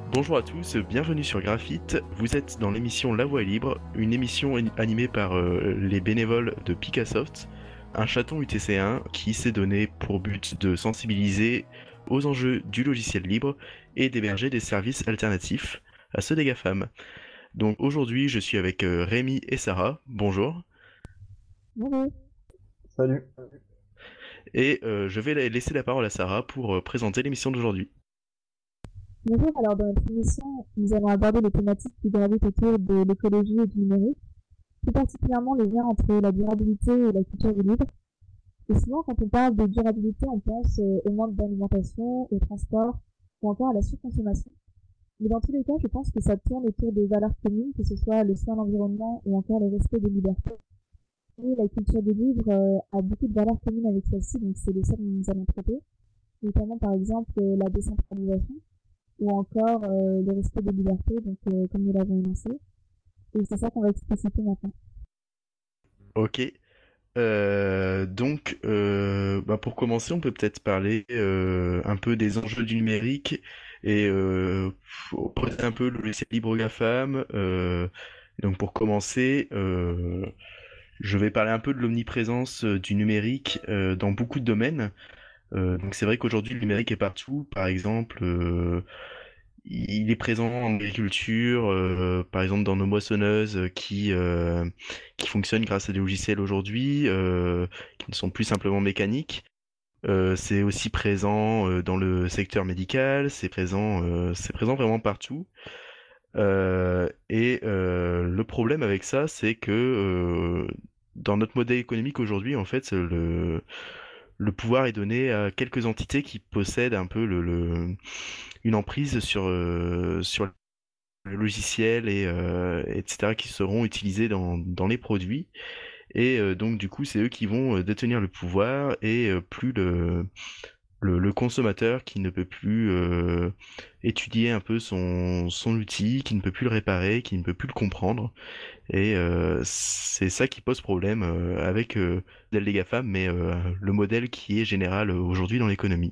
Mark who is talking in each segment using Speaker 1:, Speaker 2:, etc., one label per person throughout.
Speaker 1: Bonjour à tous, bienvenue sur Graphite. Vous êtes dans l'émission La Voix est libre, une émission animée par les bénévoles de Picassoft, un chaton UTC1 qui s'est donné pour but de sensibiliser aux enjeux du logiciel libre et d'héberger des services alternatifs à ceux des GAFAM. Donc aujourd'hui, je suis avec Rémi et Sarah. Bonjour.
Speaker 2: Bonjour.
Speaker 3: Salut.
Speaker 1: Et je vais laisser la parole à Sarah pour présenter l'émission d'aujourd'hui.
Speaker 2: Bonjour, alors dans notre émission, nous allons aborder les thématiques qui gravitent autour de l'écologie et du numérique, plus particulièrement le lien entre la durabilité et la culture du libre. Et souvent, quand on parle de durabilité, on pense au manque d'alimentation, au transport, ou encore à la surconsommation. Mais dans tous les cas, je pense que ça tourne autour des valeurs communes, que ce soit le soin de l'environnement ou encore le respect des libertés. Et la culture du libre a beaucoup de valeurs communes avec celle-ci, donc c'est de ça que nous allons traiter, notamment par exemple la décentralisation, ou encore le respect des libertés, donc comme nous l'avons énoncé. Et c'est ça qu'on va expliciter maintenant.
Speaker 1: Ok. Pour commencer, on peut peut-être parler un peu des enjeux du numérique et poser un peu le logiciel libre aux GAFAM. Donc pour commencer, je vais parler un peu de l'omniprésence du numérique dans beaucoup de domaines. Donc c'est vrai qu'aujourd'hui le numérique est partout. Par exemple, il est présent en agriculture, par exemple dans nos moissonneuses qui fonctionnent grâce à des logiciels aujourd'hui, qui ne sont plus simplement mécaniques. C'est aussi présent dans le secteur médical, c'est présent vraiment partout. Le problème avec ça, c'est que dans notre modèle économique aujourd'hui, en fait, le pouvoir est donné à quelques entités qui possèdent un peu une emprise sur le logiciel etc. qui seront utilisés dans les produits. Et donc du coup, c'est eux qui vont détenir le pouvoir et plus le consommateur qui ne peut plus étudier un peu son outil, qui ne peut plus le réparer, qui ne peut plus le comprendre. Et c'est ça qui pose problème avec le modèle des GAFAM, mais le modèle qui est général aujourd'hui dans l'économie.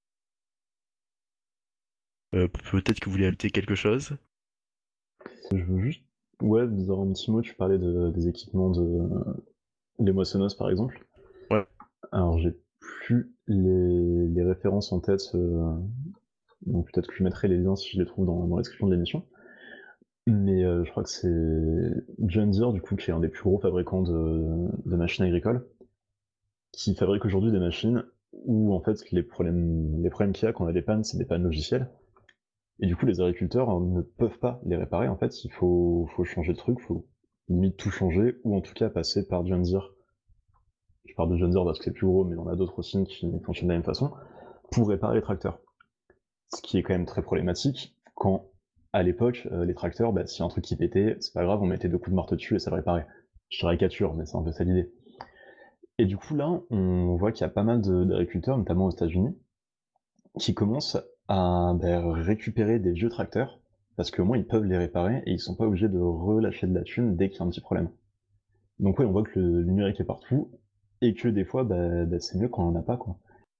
Speaker 1: Peut-être que vous voulez ajouter quelque chose.
Speaker 3: Je veux juste dire un petit mot, tu parlais des équipements les moissonneuses par exemple.
Speaker 1: Ouais.
Speaker 3: Alors j'ai plus les références en tête, donc peut-être que je mettrai les liens si je les trouve dans la description de l'émission. Mais je crois que c'est John Deere du coup qui est un des plus gros fabricants de machines agricoles, qui fabrique aujourd'hui des machines où en fait les problèmes qu'il y a quand on a des pannes, c'est des pannes logicielles. Et du coup, les agriculteurs ne peuvent pas les réparer. En fait, il faut changer le truc, faut limite tout changer, ou en tout cas passer par John Deere. Je parle de John Deere parce que c'est plus gros, mais il y en a d'autres aussi qui fonctionnent de la même façon, pour réparer les tracteurs. Ce qui est quand même très problématique quand, à l'époque, les tracteurs, bah, s'il y a un truc qui pétait, c'est pas grave, on mettait 2 coups de marteau dessus et ça le réparait. Je caricature, mais c'est un peu ça l'idée. Et du coup, là, on voit qu'il y a pas mal d'agriculteurs, notamment aux États-Unis, qui commencent à récupérer des vieux tracteurs, parce qu'au moins ils peuvent les réparer et ils sont pas obligés de relâcher de la thune dès qu'il y a un petit problème. Donc ouais, on voit que le numérique est partout et que des fois, c'est mieux quand on en a pas, quoi.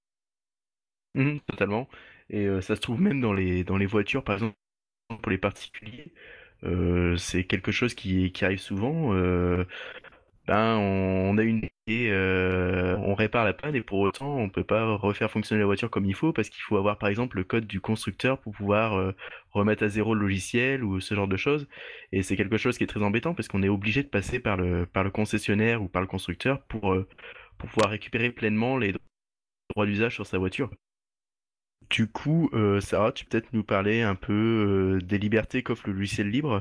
Speaker 1: Totalement. Et ça se trouve même dans les voitures, par exemple pour les particuliers. C'est quelque chose qui arrive souvent. On a une idée, on répare la panne et pour autant on peut pas refaire fonctionner la voiture comme il faut parce qu'il faut avoir par exemple le code du constructeur pour pouvoir remettre à zéro le logiciel ou ce genre de choses. Et c'est quelque chose qui est très embêtant parce qu'on est obligé de passer par le concessionnaire ou par le constructeur pour pouvoir récupérer pleinement les droits d'usage sur sa voiture. Du coup, Sarah, tu peux peut-être nous parler un peu des libertés qu'offre le logiciel libre,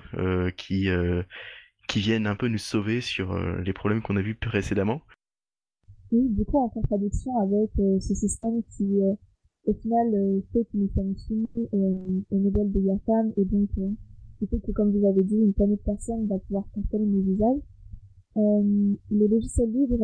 Speaker 1: qui viennent un peu nous sauver sur les problèmes qu'on a vus précédemment.
Speaker 2: Oui, du coup, en contradiction avec ce système qui, au final, fait que nous sommes soumis au modèle de GAFAM et donc qui fait que, comme vous avez dit, une poignée de personnes va pouvoir contrôler nos usages. Les logiciels libres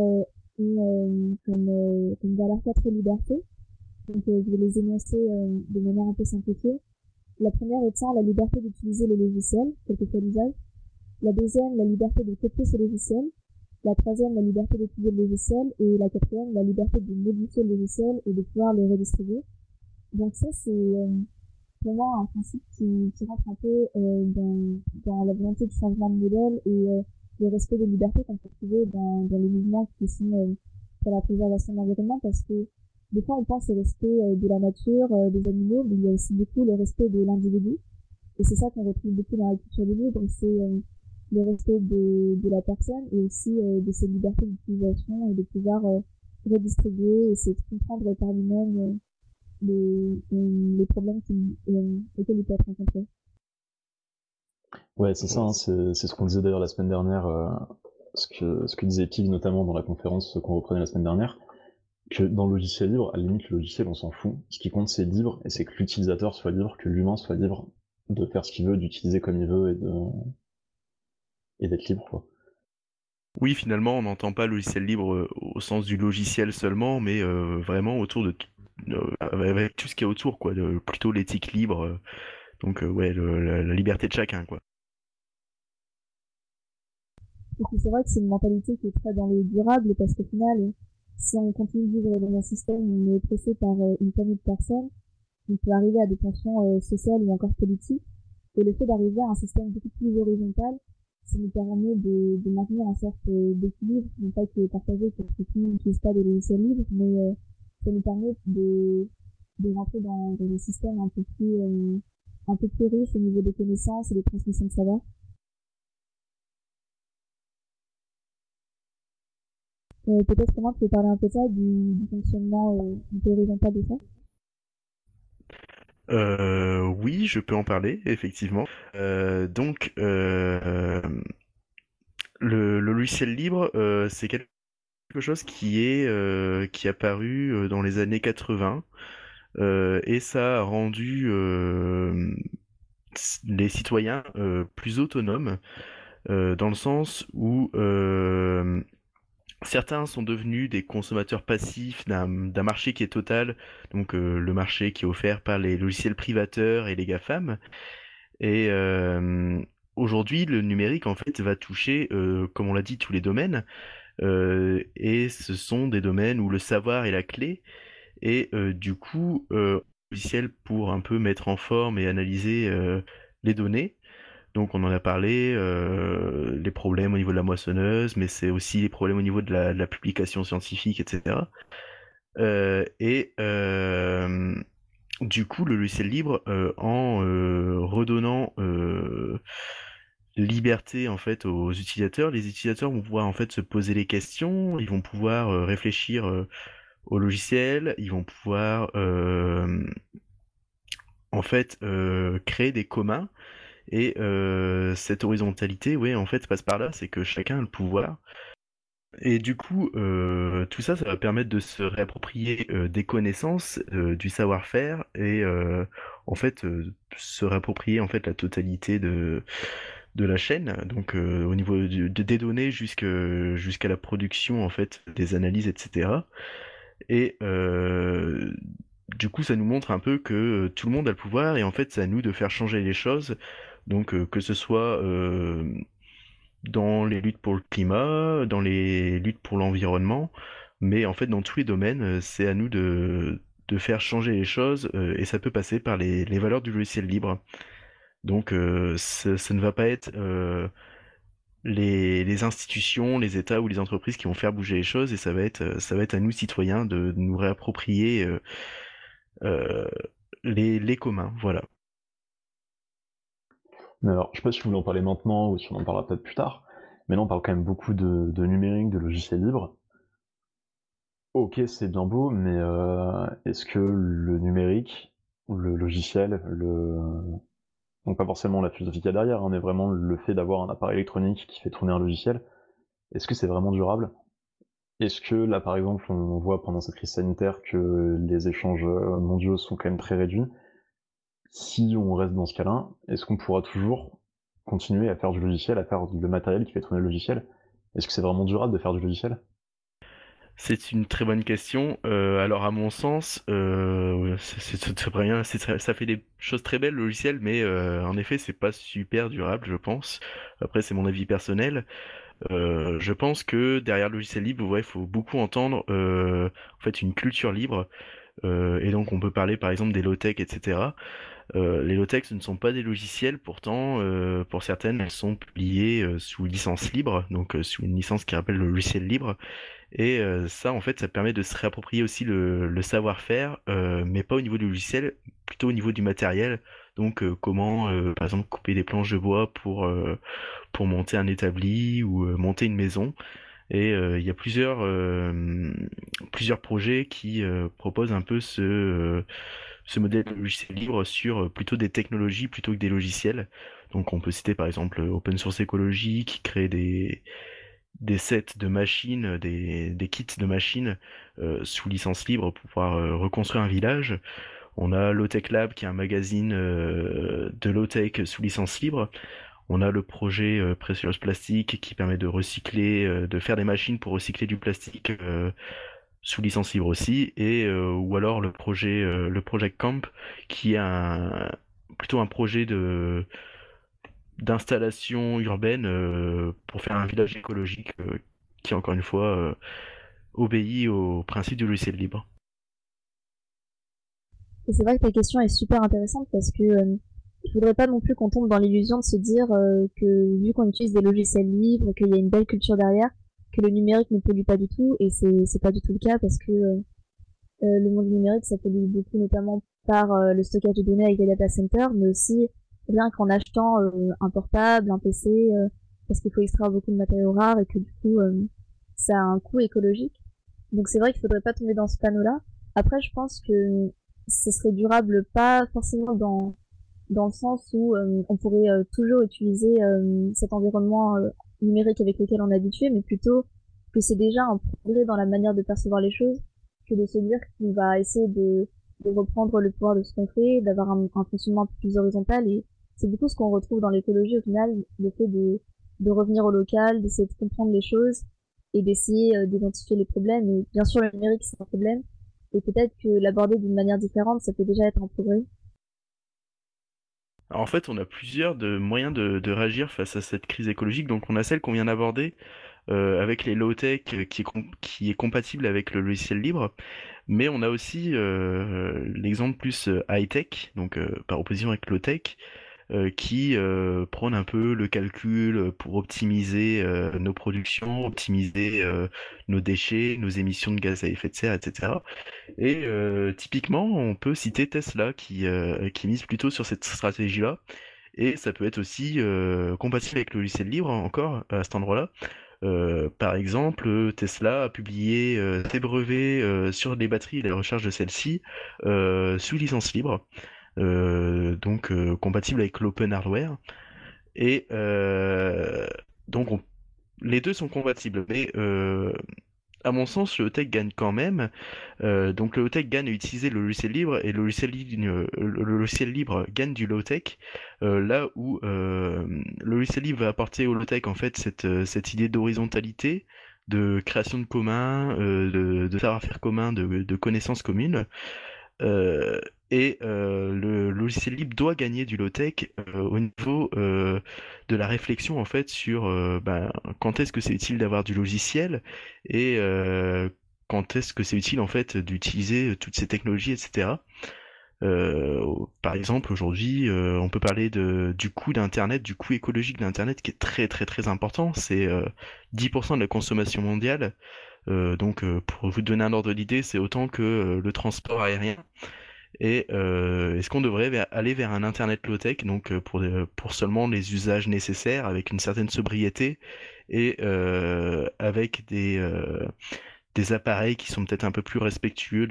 Speaker 2: comme valeur 4 libertés. Donc, je vais les énoncer de manière un peu simplifiée. La première étant la liberté d'utiliser le logiciel, quel que soit l'usage. La deuxième, la liberté de copier ce logiciel. La troisième, la liberté d'étudier le logiciel. Et la quatrième, la liberté de modifier le logiciel et de pouvoir le redistribuer. Donc ça, pour moi un principe qui rentre un peu dans la volonté de changement de modèle et le respect des libertés qu'on peut trouver dans les mouvements qui sont pour la préservation de l'environnement, parce que des fois on pense au respect de la nature, des animaux, mais il y a aussi beaucoup le respect de l'individu. Et c'est ça qu'on retrouve beaucoup dans la culture du livre, c'est le respect de la personne et aussi de ses libertés d'utilisation et de pouvoir redistribuer et c'est de comprendre par lui-même les problèmes auxquels il peut être rencontré.
Speaker 3: Ouais, c'est ça, hein, c'est ce qu'on disait d'ailleurs la semaine dernière, ce que disait Pig notamment dans la conférence qu'on reprenait la semaine dernière, que dans le logiciel libre, à la limite, le logiciel, on s'en fout. Ce qui compte, c'est libre, et c'est que l'utilisateur soit libre, que l'humain soit libre de faire ce qu'il veut, d'utiliser comme il veut, et d'être libre, quoi.
Speaker 1: Oui, finalement, on n'entend pas logiciel libre au sens du logiciel seulement, mais vraiment autour de avec tout ce qu'il y a autour, quoi, plutôt l'éthique libre. Donc ouais, la liberté de chacun, quoi.
Speaker 2: Et puis c'est vrai que c'est une mentalité qui est très dans le durable parce qu'au final, si on continue de vivre dans un système où on est oppressé par une famille de personnes, on peut arriver à des tensions sociales ou encore politiques. Et le fait d'arriver à un système beaucoup plus horizontal, ça nous permet de maintenir un sorte d'équilibre, non pas qui est partagé parce que tout le monde n'utilise pas des logiciels libres, mais ça nous permet de rentrer dans un système un peu plus riche au niveau des connaissances et des transmissions de savoir. Peut-être comment tu peux parler un peu de ça, du fonctionnement un peu horizontal de ça.
Speaker 1: Oui, je peux en parler, effectivement. Donc, le logiciel libre, c'est quelque chose qui est apparu dans les années 80 et ça a rendu les citoyens plus autonomes dans le sens où certains sont devenus des consommateurs passifs d'un marché qui est total, donc le marché qui est offert par les logiciels privateurs et les GAFAM. Et aujourd'hui, le numérique en fait va toucher, comme on l'a dit, tous les domaines. Et ce sont des domaines où le savoir est la clé. Et du coup, logiciel pour un peu mettre en forme et analyser les données. Donc on en a parlé, les problèmes au niveau de la moissonneuse, mais c'est aussi les problèmes au niveau de la publication scientifique, etc. Et du coup, le logiciel libre, en redonnant liberté en fait aux utilisateurs, les utilisateurs vont pouvoir en fait se poser les questions, ils vont pouvoir réfléchir au logiciel, ils vont pouvoir en fait créer des communs. Et cette horizontalité, ouais, en fait, passe par là, c'est que chacun a le pouvoir. Et du coup, tout ça, ça va permettre de se réapproprier des connaissances, du savoir-faire, et en fait, se réapproprier en fait la totalité de la chaîne. Donc, au niveau des données jusqu'à la production en fait des analyses, etc. Et du coup, ça nous montre un peu que tout le monde a le pouvoir, et en fait, c'est à nous de faire changer les choses. Donc, que ce soit dans les luttes pour le climat, dans les luttes pour l'environnement, mais en fait dans tous les domaines, c'est à nous de faire changer les choses et ça peut passer par les valeurs du logiciel libre. Donc ça ne va pas être les institutions, les États ou les entreprises qui vont faire bouger les choses et ça va être à nous citoyens de nous réapproprier euh, les communs. Voilà.
Speaker 3: Mais alors, je sais pas si vous voulez en parler maintenant ou si on en parlera peut-être plus tard, mais là on parle quand même beaucoup de numérique, de logiciels libres. Ok, c'est bien beau, mais est-ce que le numérique, ou le logiciel, donc pas forcément la philosophie qu'il y a derrière, hein, mais vraiment le fait d'avoir un appareil électronique qui fait tourner un logiciel, est-ce que c'est vraiment durable? Est-ce que là, par exemple, on voit pendant cette crise sanitaire que les échanges mondiaux sont quand même très réduits? Si on reste dans ce cas-là, est-ce qu'on pourra toujours continuer à faire du logiciel, à faire le matériel qui fait tourner le logiciel? Est-ce que c'est vraiment durable de faire du logiciel?
Speaker 1: C'est une très bonne question. Alors à mon sens, c'est très bien, ça fait des choses très belles le logiciel, mais en effet c'est pas super durable, je pense. Après c'est mon avis personnel. Je pense que derrière le logiciel libre, ouais, il faut beaucoup entendre en fait une culture libre. Et donc on peut parler par exemple des low-tech, etc. Les low-tech, ce ne sont pas des logiciels, pourtant, pour certaines, elles sont publiées sous licence libre, donc sous une licence qui rappelle le logiciel libre. Et ça, en fait, ça permet de se réapproprier aussi le savoir-faire, mais pas au niveau du logiciel, plutôt au niveau du matériel. Donc, comment, par exemple, couper des planches de bois pour monter un établi ou monter une maison. Et il y a plusieurs projets qui proposent un peu ce modèle de logiciel libre sur plutôt des technologies plutôt que des logiciels. Donc on peut citer par exemple Open Source Ecology qui crée des sets de machines, des kits de machines sous licence libre pour pouvoir reconstruire un village. On a Low-Tech Lab qui est un magazine de low-tech sous licence libre. On a le projet Precious Plastic qui permet de recycler, de faire des machines pour recycler du plastique sous licence libre aussi, et ou alors le Project Camp qui est plutôt un projet de d'installation urbaine pour faire un village écologique qui encore une fois obéit au principe du logiciel libre.
Speaker 2: Et c'est vrai que ta question est super intéressante parce que je voudrais pas non plus qu'on tombe dans l'illusion de se dire que vu qu'on utilise des logiciels libres, qu'il y a une belle culture derrière, que le numérique ne pollue pas du tout, et c'est pas du tout le cas parce que le monde numérique ça pollue beaucoup notamment par le stockage de données avec les data centers, mais aussi rien qu'en achetant un portable, un PC, parce qu'il faut extraire beaucoup de matériaux rares et que du coup ça a un coût écologique. Donc c'est vrai qu'il faudrait pas tomber dans ce panneau-là. Après, je pense que ce serait durable pas forcément dans le sens où on pourrait toujours utiliser cet environnement numérique avec lequel on est habitué, mais plutôt que c'est déjà un progrès dans la manière de percevoir les choses, que de se dire qu'on va essayer de reprendre le pouvoir de ce qu'on fait, d'avoir un fonctionnement un peu plus horizontal, et c'est beaucoup ce qu'on retrouve dans l'écologie au final, le fait de revenir au local, d'essayer de comprendre les choses et d'essayer d'identifier les problèmes. Et bien sûr, le numérique, c'est un problème, et peut-être que l'aborder d'une manière différente, ça peut déjà être un progrès.
Speaker 1: Alors en fait, on a plusieurs moyens de réagir face à cette crise écologique. Donc on a celle qu'on vient d'aborder avec les low-tech qui est compatible avec le logiciel libre. Mais on a aussi l'exemple plus high-tech, donc par opposition avec low-tech, qui prône un peu le calcul pour optimiser nos productions, optimiser nos déchets, nos émissions de gaz à effet de serre, etc. Et typiquement, on peut citer Tesla qui mise plutôt sur cette stratégie-là. Et ça peut être aussi compatible avec le logiciel libre encore à cet endroit-là. Par exemple, Tesla a publié des brevets sur les batteries et les recharges de celles-ci sous licence libre, donc compatible avec l'open hardware. Et donc les deux sont compatibles, mais à mon sens, le tech gagne quand même. Donc le low-tech gagne à utiliser le logiciel libre et le logiciel libre gagne du low-tech. Là où le logiciel libre va apporter au low-tech en fait cette idée d'horizontalité, de création de commun, de savoir-faire commun, de connaissances communes. Euh, et le logiciel libre doit gagner du low-tech au niveau de la réflexion en fait sur ben, quand est-ce que c'est utile d'avoir du logiciel et quand est-ce que c'est utile en fait d'utiliser toutes ces technologies, etc. Par exemple, aujourd'hui, on peut parler du coût d'Internet, du coût écologique d'Internet qui est très très très important. C'est 10% de la consommation mondiale. Donc, pour vous donner un ordre d'idée, c'est autant que le transport aérien. Et est-ce qu'on devrait aller vers un Internet low-tech, donc pour seulement les usages nécessaires, avec une certaine sobriété et avec des appareils qui sont peut-être un peu plus respectueux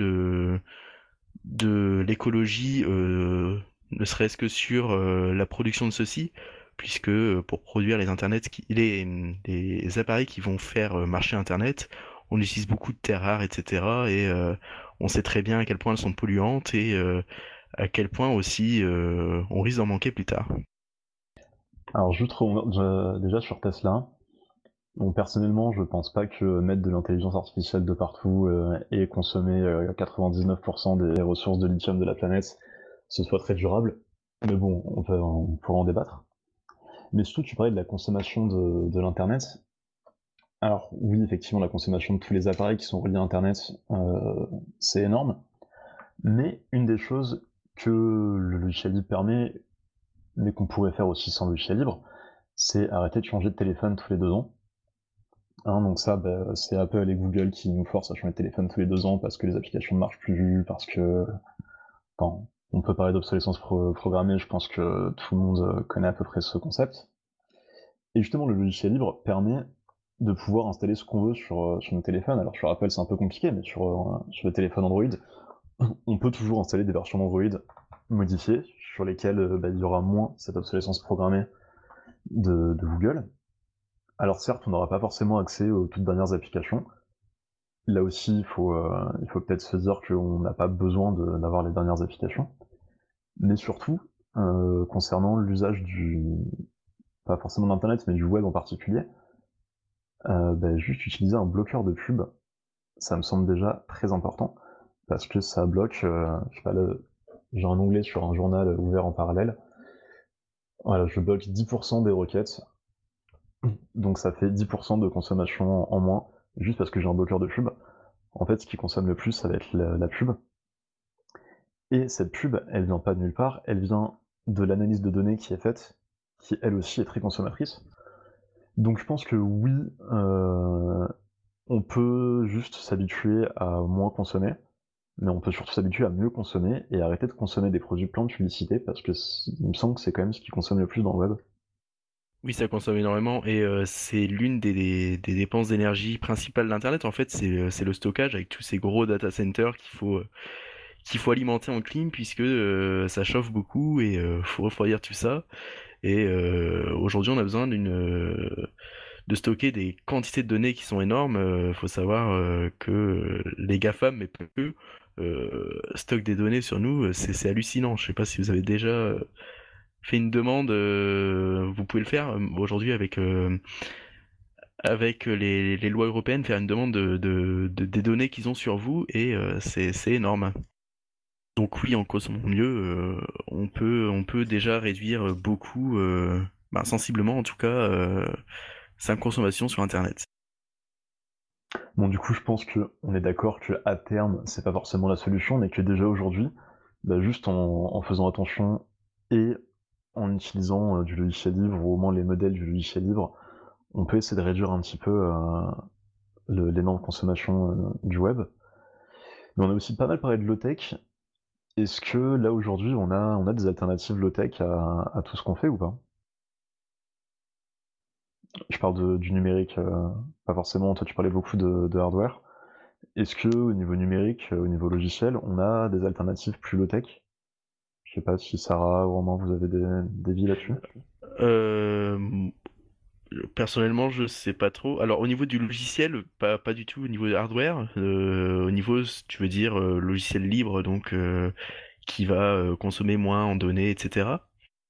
Speaker 1: de l'écologie, ne serait-ce que sur la production de ceux-ci, puisque pour produire les appareils qui vont faire marcher Internet, on utilise beaucoup de terres rares, etc. Et on sait très bien à quel point elles sont polluantes et à quel point aussi on risque d'en manquer plus tard.
Speaker 3: Alors juste déjà sur Tesla, bon, personnellement je pense pas que mettre de l'intelligence artificielle de partout et consommer 99% des ressources de lithium de la planète, ce soit très durable. Mais bon, on pourra en débattre. Mais surtout tu parlais de la consommation de l'internet. Alors oui, effectivement, la consommation de tous les appareils qui sont reliés à internet, c'est énorme. Mais une des choses que le logiciel libre permet, mais qu'on pourrait faire aussi sans logiciel libre, c'est arrêter de changer de téléphone tous les 2 ans. Donc ça, c'est Apple et Google qui nous forcent à changer de téléphone tous les 2 ans parce que les applications ne marchent plus, parce que... Enfin, on peut parler d'obsolescence programmée, je pense que tout le monde connaît à peu près ce concept. Et justement, le logiciel libre permet de pouvoir installer ce qu'on veut sur nos téléphones. Alors sur Apple, c'est un peu compliqué, mais sur le téléphone Android, on peut toujours installer des versions d'Android modifiées, sur lesquelles il y aura moins cette obsolescence programmée de Google. Alors certes, on n'aura pas forcément accès aux toutes dernières applications. Là aussi, il faut peut-être se dire qu'on n'a pas besoin d'avoir les dernières applications. Mais surtout, concernant l'usage pas forcément d'internet, mais du web en particulier, juste utiliser un bloqueur de pub, ça me semble déjà très important, parce que ça bloque, je sais pas, j'ai un onglet sur un journal ouvert en parallèle, voilà, je bloque 10% des requêtes, donc ça fait 10% de consommation en moins, juste parce que j'ai un bloqueur de pub. En fait, ce qui consomme le plus, ça va être la pub. Et cette pub, elle vient pas de nulle part, elle vient de l'analyse de données qui est faite, qui elle aussi est très consommatrice. Donc je pense que oui, on peut juste s'habituer à moins consommer, mais on peut surtout s'habituer à mieux consommer et arrêter de consommer des produits pleins de publicité, parce que il me semble que c'est quand même ce qui consomme le plus dans le web.
Speaker 1: Oui, ça consomme énormément et c'est l'une des dépenses d'énergie principales d'Internet. En fait, c'est le stockage avec tous ces gros data centers qu'il faut alimenter en clim puisque ça chauffe beaucoup et faut refroidir tout ça. Et aujourd'hui, on a besoin de stocker des quantités de données qui sont énormes. Faut savoir que les GAFAM, mais pas que, stockent des données sur nous. C'est hallucinant. Je sais pas si vous avez déjà fait une demande. Vous pouvez le faire aujourd'hui avec les lois européennes, faire une demande des données qu'ils ont sur vous et c'est énorme. Donc oui, en consommant mieux, on peut déjà réduire beaucoup, sensiblement en tout cas, sa consommation sur Internet.
Speaker 3: Bon, du coup, je pense que on est d'accord que à terme, c'est pas forcément la solution, mais que déjà aujourd'hui, juste en faisant attention et en utilisant du logiciel libre, ou au moins les modèles du logiciel libre, on peut essayer de réduire un petit peu l'énorme consommation du web. Mais on a aussi pas mal parlé de low-tech. Est-ce que là aujourd'hui on a des alternatives low-tech à tout ce qu'on fait ou pas? Je parle du numérique, pas forcément, toi tu parlais beaucoup de hardware. Est-ce que au niveau numérique, au niveau logiciel, on a des alternatives plus low-tech? Je sais pas si Sarah ou Romain vous avez des vies là-dessus.
Speaker 1: Euh, Personnellement, je sais pas trop. Alors, au niveau du logiciel, pas du tout au niveau de hardware. Au niveau, tu veux dire, logiciel libre, donc qui va consommer moins en données, etc.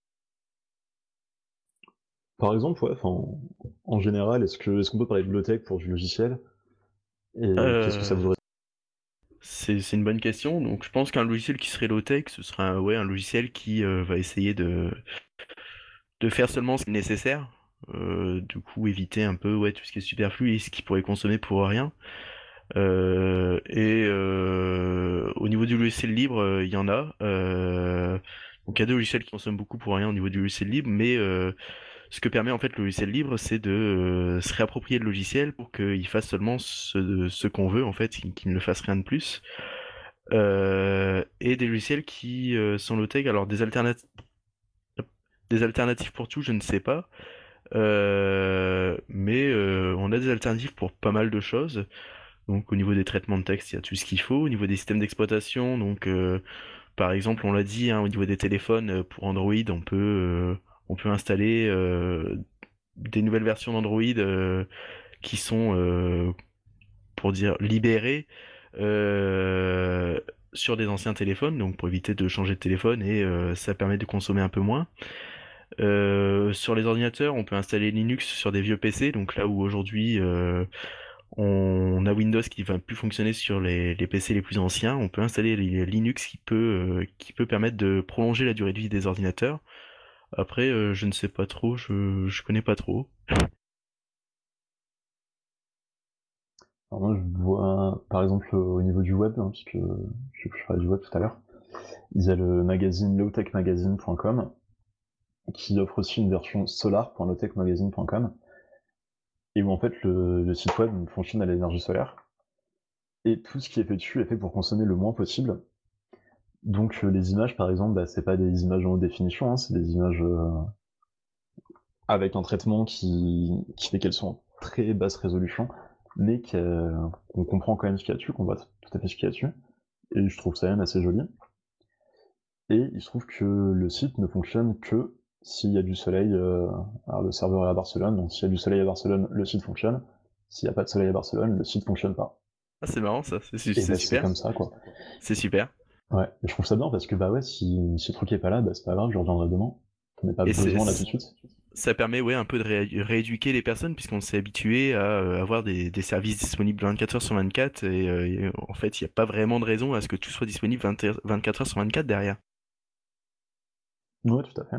Speaker 3: Par exemple, ouais, enfin, en général, est-ce qu'on peut parler de low-tech pour du logiciel? Et qu'est-ce que ça
Speaker 1: Euh,
Speaker 3: voudrait
Speaker 1: c'est une bonne question. Donc, je pense qu'un logiciel qui serait low-tech, ce serait ouais, un logiciel qui va essayer de faire seulement ce qui est nécessaire. Du coup, éviter un peu ouais, tout ce qui est superflu et ce qui pourrait consommer pour rien. Au niveau du logiciel libre, il y en a. Donc il y a des logiciels qui consomment beaucoup pour rien au niveau du logiciel libre, mais ce que permet en fait le logiciel libre, c'est de se réapproprier le logiciel pour qu'il fasse seulement ce qu'on veut en fait, qu'il ne fasse rien de plus. Et des logiciels qui sont low-tech, alors des alternatives pour tout, je ne sais pas. Mais on a des alternatives pour pas mal de choses. Donc au niveau des traitements de texte, il y a tout ce qu'il faut. Au niveau des systèmes d'exploitation, donc par exemple, on l'a dit, hein, au niveau des téléphones pour Android, on peut installer des nouvelles versions d'Android qui sont, pour dire, libérées euh, sur des anciens téléphones, donc pour éviter de changer de téléphone et ça permet de consommer un peu moins. Sur les ordinateurs, on peut installer Linux sur des vieux PC, donc là où aujourd'hui on a Windows qui va plus fonctionner sur les PC les plus anciens, on peut installer Linux qui peut permettre de prolonger la durée de vie des ordinateurs. Après, je ne sais pas trop, je connais pas trop.
Speaker 3: Alors moi, je vois, par exemple, au niveau du web, hein, puisque je parlais du web tout à l'heure, Il y a le magazine lowtechmagazine.com qui offre aussi une version solar.lowtechmagazine.com et où en fait le site web fonctionne à l'énergie solaire et tout ce qui est fait dessus est fait pour consommer le moins possible. Donc les images par exemple, bah, c'est pas des images en haute définition, hein, c'est des images avec un traitement qui fait qu'elles sont en très basse résolution, mais qu'on comprend quand même ce qu'il y a dessus, qu'on voit tout à fait ce qu'il y a dessus. Et je trouve ça même assez joli. Et il se trouve que le site ne fonctionne que s'il y a du soleil. Alors le serveur est à Barcelone, donc s'il y a du soleil à Barcelone, le site fonctionne. S'il n'y a pas de soleil à Barcelone, le site fonctionne pas.
Speaker 1: Ah, c'est marrant ça,
Speaker 3: Et
Speaker 1: c'est
Speaker 3: bah, c'est
Speaker 1: super.
Speaker 3: comme ça, quoi.
Speaker 1: C'est super.
Speaker 3: Ouais, et je trouve ça bien parce que bah ouais, si le truc est pas là, bah c'est pas grave, je reviendrai demain. On n'a pas
Speaker 1: Et
Speaker 3: besoin là tout de suite.
Speaker 1: ça permet un peu de rééduquer les personnes puisqu'on s'est habitué à avoir des services disponibles 24 heures sur 24 et en fait il n'y a pas vraiment de raison à ce que tout soit disponible 24 heures sur 24 derrière.
Speaker 3: Ouais, tout à fait.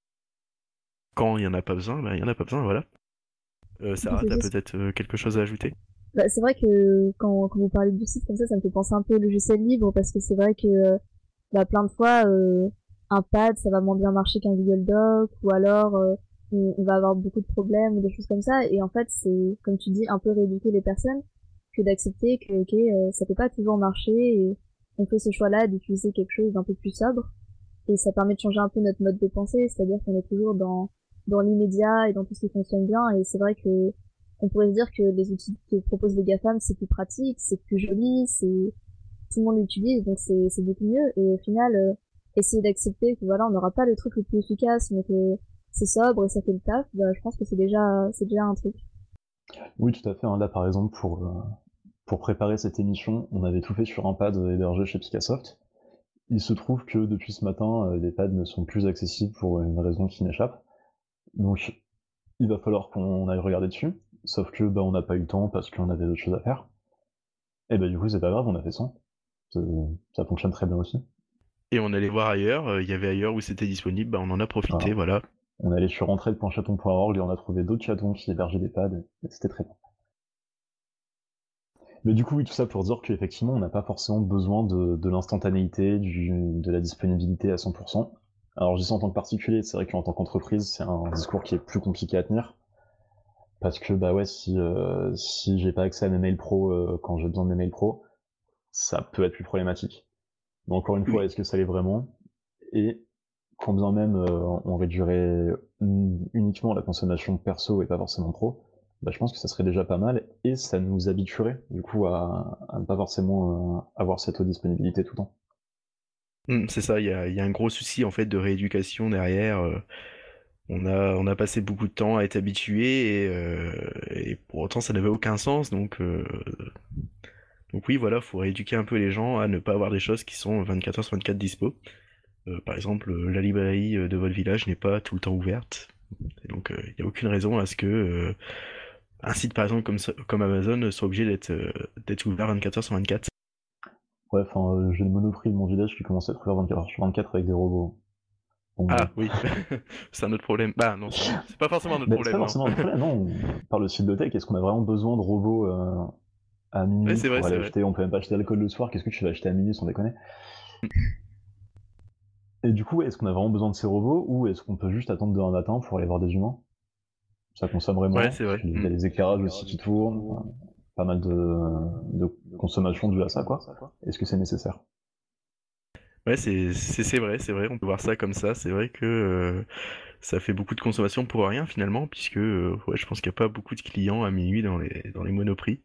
Speaker 1: Quand il n'y en a pas besoin, il n'y en a pas besoin, voilà. Sarah, t'as peut-être quelque chose à ajouter?
Speaker 2: Bah, c'est vrai que quand vous parlez du site comme ça me fait penser un peu au logiciel libre parce que c'est vrai que bah, plein de fois un pad ça va moins bien marcher qu'un Google Doc ou alors on va avoir beaucoup de problèmes ou des choses comme ça et en fait c'est comme tu dis un peu rééduquer les personnes que d'accepter que ok ça peut pas toujours marcher et on fait ce choix là d'utiliser quelque chose d'un peu plus sobre et ça permet de changer un peu notre mode de pensée, c'est-à-dire qu'on est toujours dans l'immédiat et dans tout ce qui fonctionne bien et c'est vrai que on pourrait se dire que les outils que proposent les GAFAM c'est plus pratique, c'est plus joli, c'est tout le monde l'utilise donc c'est beaucoup mieux et au final essayer d'accepter que voilà on n'aura pas le truc le plus efficace mais que c'est sobre et ça fait le taf, bah, je pense que c'est déjà un truc.
Speaker 3: Oui, tout à fait, hein. Là par exemple pour préparer cette émission, on avait tout fait sur un pad hébergé chez Picassoft. Il se trouve que depuis ce matin, les pads ne sont plus accessibles pour une raison qui m'échappe. Donc il va falloir qu'on aille regarder dessus. Sauf que bah, on n'a pas eu le temps parce qu'on avait d'autres choses à faire. Et bah du coup c'est pas grave, on a fait ça. Ça fonctionne très bien aussi.
Speaker 1: Et on allait voir ailleurs, il y avait ailleurs où c'était disponible, on en a profité,
Speaker 3: Voilà.
Speaker 1: voilà.
Speaker 3: On est allé sur entraide.chaton.org et on a trouvé d'autres chatons qui hébergeaient des pads et c'était très bien. Mais du coup, oui, tout ça pour dire qu'effectivement, on n'a pas forcément besoin de l'instantanéité, de la disponibilité à 100%. Alors, je dis ça en tant que particulier, c'est vrai qu'en tant qu'entreprise, c'est un discours qui est plus compliqué à tenir. Parce que, bah ouais, si j'ai pas accès à mes mails pro quand j'ai besoin de mes mails pro, ça peut être plus problématique. Mais encore une fois,
Speaker 1: Oui.
Speaker 3: est-ce que ça l'est vraiment? Et quand bien même on réduirait uniquement la consommation perso et pas forcément pro, bah, je pense que ça serait déjà pas mal et ça nous habituerait du coup à ne pas forcément avoir cette disponibilité tout le temps.
Speaker 1: C'est ça, il y a un gros souci en fait de rééducation derrière. On a passé beaucoup de temps à être habitué et pour autant ça n'avait aucun sens. Donc oui, voilà, faut rééduquer un peu les gens à ne pas avoir des choses qui sont 24 heures sur 24 dispo. Par exemple, la librairie de votre village n'est pas tout le temps ouverte. Et donc il n'y a aucune raison à ce que un site par exemple comme Amazon soit obligé d'être ouvert 24 heures sur 24.
Speaker 3: Ouais, enfin, j'ai le Monoprix de mon village qui commence à être ouvert 24 sur 24 avec des robots. Donc bon.
Speaker 1: Ah oui, c'est un autre problème. Bah non, c'est pas forcément un autre
Speaker 3: Mais c'est pas
Speaker 1: problème, non.
Speaker 3: forcément un problème, non. On parle aussi de tech. Est-ce qu'on a vraiment besoin de robots à
Speaker 1: Ouais,
Speaker 3: minuit
Speaker 1: c'est vrai,
Speaker 3: pour aller
Speaker 1: c'est vrai.
Speaker 3: acheter? On peut même pas acheter l'alcool le soir. Qu'est-ce que tu vas acheter à minuit sans déconner? Et du coup, est-ce qu'on a vraiment besoin de ces robots ou est-ce qu'on peut juste attendre demain matin pour aller voir des humains? Ça consommerait
Speaker 1: Ouais,
Speaker 3: moins,
Speaker 1: c'est
Speaker 3: parce
Speaker 1: vrai.
Speaker 3: qu'il y a les éclairages aussi qui tournent, enfin, pas mal de consommation due à ça, quoi. Est-ce que c'est nécessaire?
Speaker 1: Ouais, c'est vrai, on peut voir ça comme ça. C'est vrai que ça fait beaucoup de consommation pour rien finalement, puisque ouais, je pense qu'il n'y a pas beaucoup de clients à minuit dans les monoprix.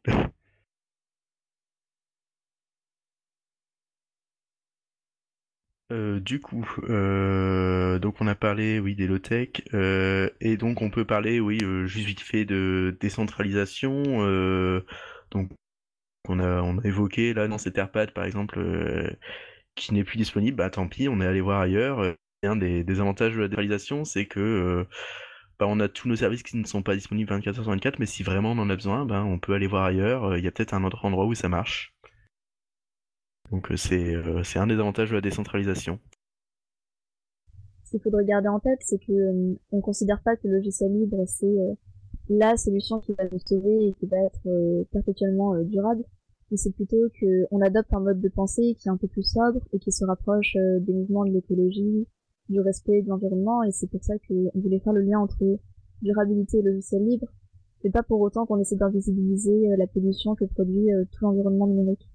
Speaker 1: Donc on a parlé, oui, des low-tech, et donc on peut parler, oui, juste vite fait de décentralisation. Donc on a évoqué là dans cet AirPad par exemple qui n'est plus disponible, bah tant pis, on est allé voir ailleurs. Un des avantages de la décentralisation, c'est que bah, on a tous nos services qui ne sont pas disponibles 24 heures sur 24, mais si vraiment on en a besoin, ben on peut aller voir ailleurs. Il y a peut-être un autre endroit où ça marche. Donc c'est un des avantages de la décentralisation.
Speaker 2: Ce qu'il faudrait garder en tête, c'est que on considère pas que le logiciel libre c'est la solution qui va nous sauver et qui va être perpétuellement durable. mais c'est plutôt qu'on adopte un mode de pensée qui est un peu plus sobre et qui se rapproche des mouvements de l'écologie, du respect de l'environnement, et c'est pour ça qu'on voulait faire le lien entre durabilité et logiciel libre, et pas pour autant qu'on essaie d'invisibiliser la pollution que produit tout l'environnement numérique.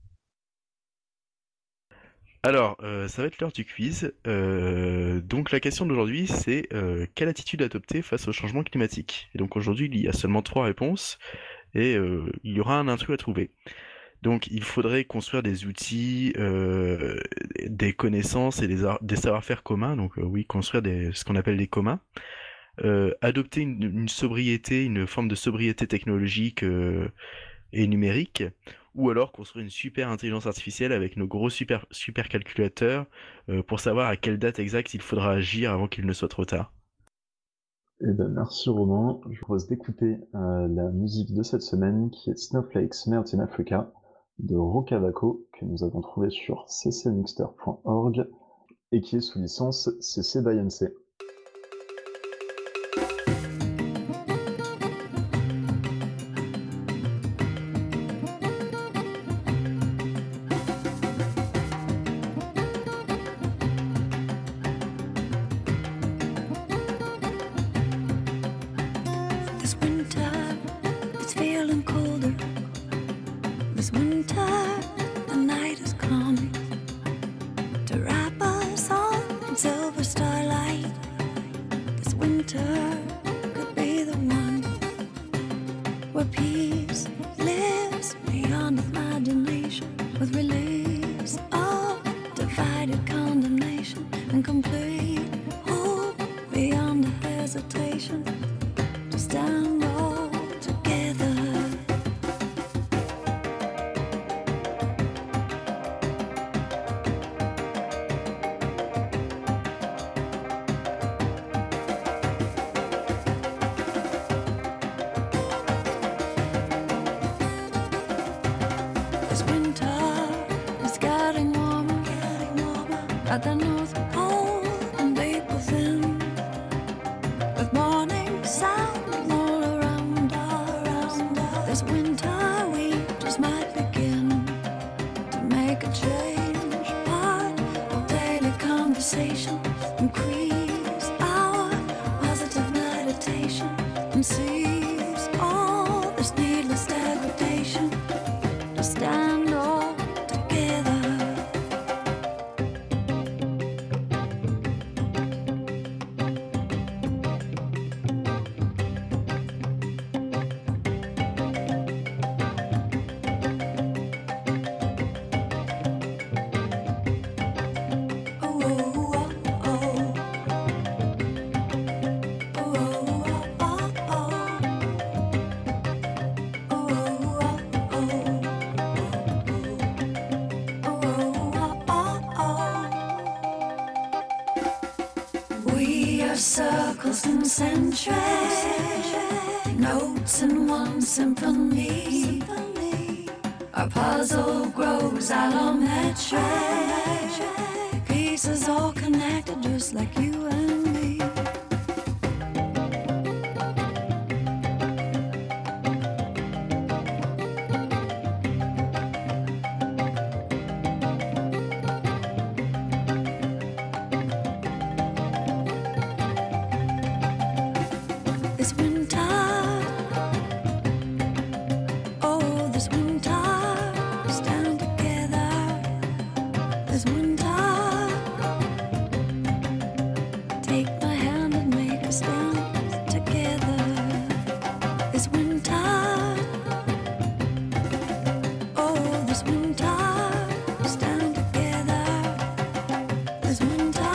Speaker 1: Alors, ça va être l'heure du quiz. Donc la question d'aujourd'hui, c'est quelle attitude adopter face au changement climatique? Et donc aujourd'hui, il y a seulement trois réponses et il y aura un intrus à trouver. Donc il faudrait construire des outils, des connaissances et des savoir-faire communs. Donc oui, construire ce qu'on appelle des communs. Adopter une sobriété, une forme de sobriété technologique et numérique, ou alors construire une super intelligence artificielle avec nos gros super calculateurs pour savoir à quelle date exacte il faudra agir avant qu'il ne soit trop tard.
Speaker 3: Eh ben, merci Romain. Je vous propose d'écouter la musique de cette semaine qui est Snowflakes Melt in Africa de Rokavako que nous avons trouvé sur ccmixter.org et qui est sous licence CC by NC.
Speaker 4: This winter, it's feeling colder. This winter, the night has come to wrap us all in silver starlight. This winter could be the one where peace lives beyond imagination, with release of divided condemnation and complete hope beyond hesitation. To stand all together. This winter is getting warmer, at the North Pole and deep within, with morning sound all around us. This winter we just might begin to make a change, part of daily conversation, increase our positive meditation, and seize all this needless degradation. To stand all together. We are circles concentric, notes in one symphony. Our puzzle grows allometric, pieces all connected just like you and me. This winter, oh, this winter, stand together. This winter, take my hand and make a stand together. This winter, oh, this winter, stand together. This winter.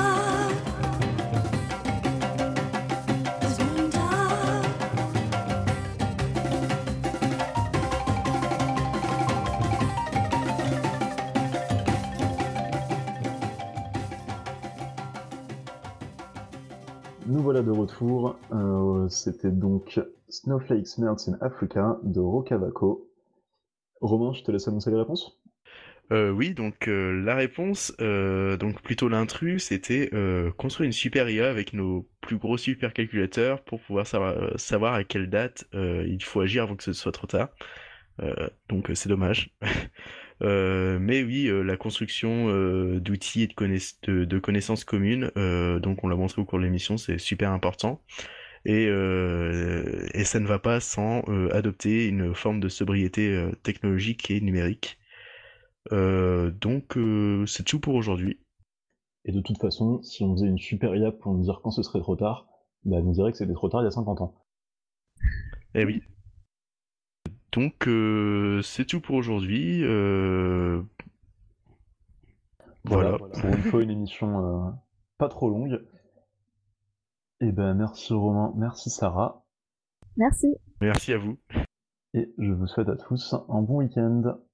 Speaker 3: Nous voilà de retour. C'était donc Snowflakes Melt in Africa de Rokavako. Romain, je te laisse annoncer les réponses.
Speaker 1: Oui, donc la réponse, donc plutôt l'intrus, c'était construire une super IA avec nos plus gros supercalculateurs pour pouvoir savoir à quelle date il faut agir avant que ce soit trop tard. Donc c'est dommage. Mais oui, la construction d'outils et de connaissances communes, donc on l'a montré au cours de l'émission, c'est super important. Et ça ne va pas sans adopter une forme de sobriété technologique et numérique. Donc c'est tout pour aujourd'hui.
Speaker 3: Et de toute façon, si on faisait une super IA pour nous dire quand ce serait trop tard, bah, elle nous dirait que c'était trop tard il y a 50 ans.
Speaker 1: Eh oui. Donc c'est tout pour aujourd'hui. Voilà.
Speaker 3: Pour une fois une émission pas trop longue. Et ben merci Romain, merci Sarah,
Speaker 2: Merci.
Speaker 1: Merci à vous.
Speaker 3: et je vous souhaite à tous un bon week-end.